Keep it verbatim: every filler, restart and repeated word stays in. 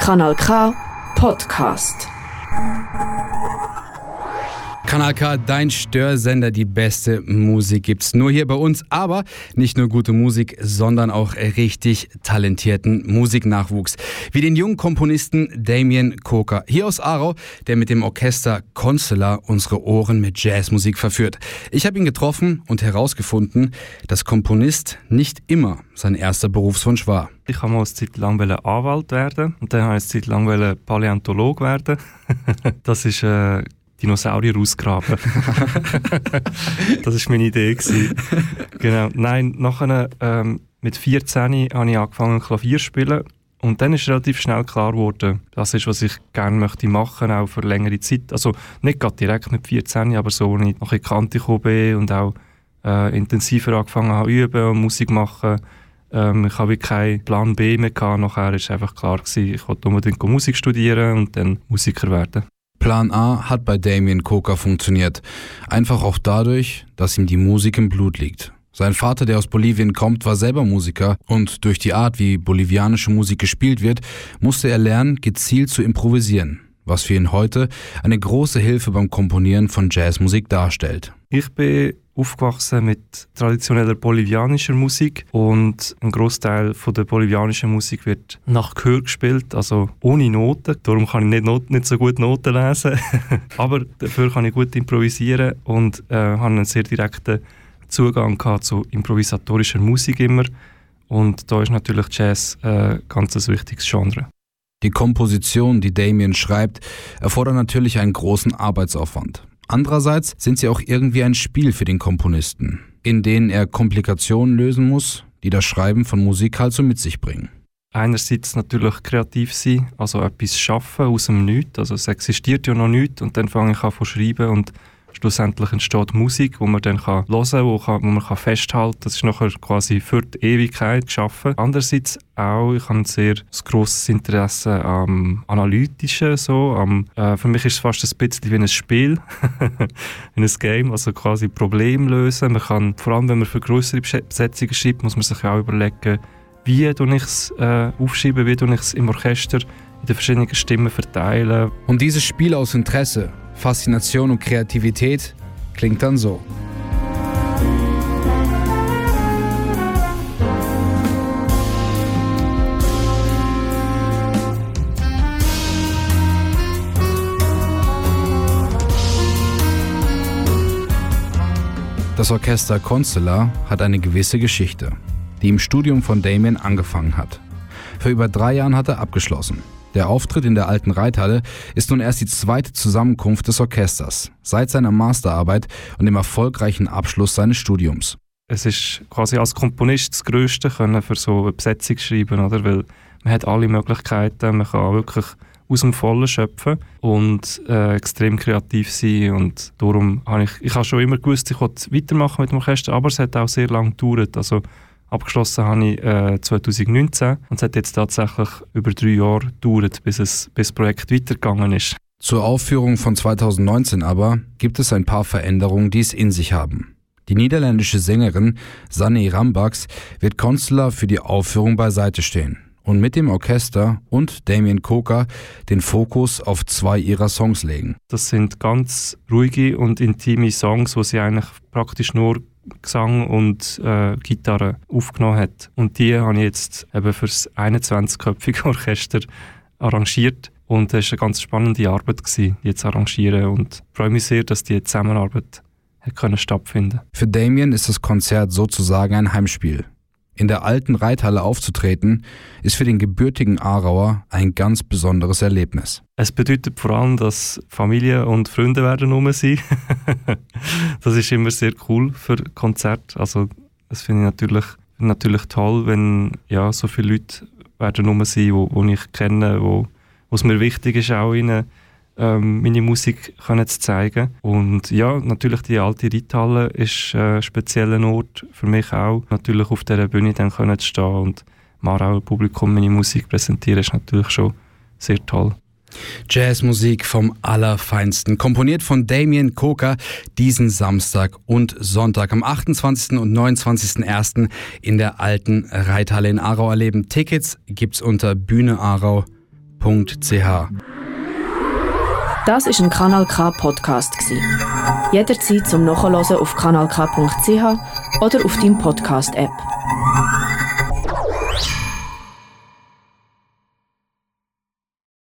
Kanal K Podcast. Kanal K, dein Störsender, die beste Musik gibt's nur hier bei uns, aber nicht nur gute Musik, sondern auch richtig talentierten Musiknachwuchs, wie den jungen Komponisten Damien Koker, hier aus Aarau, der mit dem Orchester Consular unsere Ohren mit Jazzmusik verführt. Ich habe ihn getroffen und herausgefunden, dass Komponist nicht immer sein erster Berufswunsch war. Ich wollte mal eine Zeit lang Anwalt werden und dann wollte ich eine Zeit lang Paläontolog werden. Das ist äh, Dinosaurier ausgraben. Das war meine Idee. Genau. Nein, nachher, ähm, mit vierzehn habe ich angefangen Klavier zu spielen und dann ist relativ schnell klar geworden, das ist, was ich gerne möchte machen, auch für längere Zeit. Also nicht gerade direkt mit vierzehn, aber so, als ich noch in die Kante gekommen bin und auch äh, intensiver angefangen habe zu üben und Musik machen. Ähm, ich habe keinen Plan B mehr gehabt. Nachher war es einfach klar gewesen, ich wollte unbedingt Musik studieren und dann Musiker werden. Plan A hat bei Damien Koker funktioniert. Einfach auch dadurch, dass ihm die Musik im Blut liegt. Sein Vater, der aus Bolivien kommt, war selber Musiker und durch die Art, wie bolivianische Musik gespielt wird, musste er lernen, gezielt zu improvisieren, was für ihn heute eine große Hilfe beim Komponieren von Jazzmusik darstellt. Ich bin aufgewachsen mit traditioneller bolivianischer Musik und ein Großteil von der bolivianischen Musik wird nach Gehör gespielt, also ohne Noten. Darum kann ich nicht, Not- nicht so gut Noten lesen, aber dafür kann ich gut improvisieren und äh, habe einen sehr direkten Zugang gehabt zu improvisatorischer Musik immer. Und da ist natürlich Jazz äh, ganz ein wichtiges Genre. Die Komposition, die Damien schreibt, erfordert natürlich einen großen Arbeitsaufwand. Andererseits sind sie auch irgendwie ein Spiel für den Komponisten, in denen er Komplikationen lösen muss, die das Schreiben von Musik halt so mit sich bringen. Einerseits natürlich kreativ sein, also etwas schaffen aus dem Nichts. Also es existiert ja noch nichts und dann fange ich an zu schreiben und schlussendlich entsteht Musik, die man dann hören kann, wo, kann, wo man kann festhalten kann. Das ist nachher quasi für die Ewigkeit geschaffen. Andererseits auch, ich habe ein sehr grosses Interesse am Analytischen. So, am, äh, für mich ist es fast ein bisschen wie ein Spiel, wie ein Game, also quasi Probleme lösen. Man kann, vor allem wenn man für grössere Besetzungen schreibt, muss man sich auch überlegen, wie ich es äh, aufschreibe, wie ich es im Orchester in den verschiedenen Stimmen verteilen. Und dieses Spiel aus Interesse, Faszination und Kreativität klingt dann so. Das Orchester Consular hat eine gewisse Geschichte, die im Studium von Damien angefangen hat. Vor über drei Jahren hat er abgeschlossen. Der Auftritt in der alten Reithalle ist nun erst die zweite Zusammenkunft des Orchesters, seit seiner Masterarbeit und dem erfolgreichen Abschluss seines Studiums. Es ist quasi als Komponist das Grösste, können für so eine Besetzung schreiben, oder? Weil man hat alle Möglichkeiten, man kann wirklich aus dem Vollen schöpfen und äh, extrem kreativ sein. Und darum habe ich, ich habe schon immer gewusst, ich wollte weitermachen mit dem Orchester, aber es hat auch sehr lange gedauert. Also abgeschlossen habe ich äh, zwanzig neunzehn und es hat jetzt tatsächlich über drei Jahre gedauert, bis, es, bis das Projekt weitergegangen ist. Zur Aufführung von zwanzig neunzehn aber gibt es ein paar Veränderungen, die es in sich haben. Die niederländische Sängerin Sanne Rambaks wird Consular für die Aufführung beiseite stehen und mit dem Orchester und Damien Koker den Fokus auf zwei ihrer Songs legen. Das sind ganz ruhige und intime Songs, wo sie eigentlich praktisch nur Gesang und äh, Gitarre aufgenommen hat. Und die habe ich jetzt eben für das einundzwanzigköpfige Orchester arrangiert. Und es war eine ganz spannende Arbeit gewesen, die zu arrangieren. Und ich freue mich sehr, dass die Zusammenarbeit hat können stattfinden. Für Damien ist das Konzert sozusagen ein Heimspiel. In der alten Reithalle aufzutreten, ist für den gebürtigen Aarauer ein ganz besonderes Erlebnis. Es bedeutet vor allem, dass Familie und Freunde werden rum sein. Das ist immer sehr cool für Konzerte. Also das finde ich natürlich, natürlich toll, wenn ja, so viele Leute werden rum sein, wo, wo ich kenne, wo es mir wichtig ist, auch ihnen ähm, meine Musik können zu zeigen. Und ja, natürlich die alte Reithalle ist äh, ein spezieller Ort für mich auch. Natürlich auf dieser Bühne dann können zu stehen und dem Aarauer Publikum meine Musik präsentieren, ist natürlich schon sehr toll. Jazzmusik vom Allerfeinsten, komponiert von Damien Koker, diesen Samstag und Sonntag am achtundzwanzigsten und neunundzwanzigsten ersten in der alten Reithalle in Aarau erleben. Tickets gibt's unter bühne aarau punkt c h. Das war ein Kanal K Podcast. Jederzeit zum Nachhören auf kanal k punkt c h oder auf deinem Podcast-App.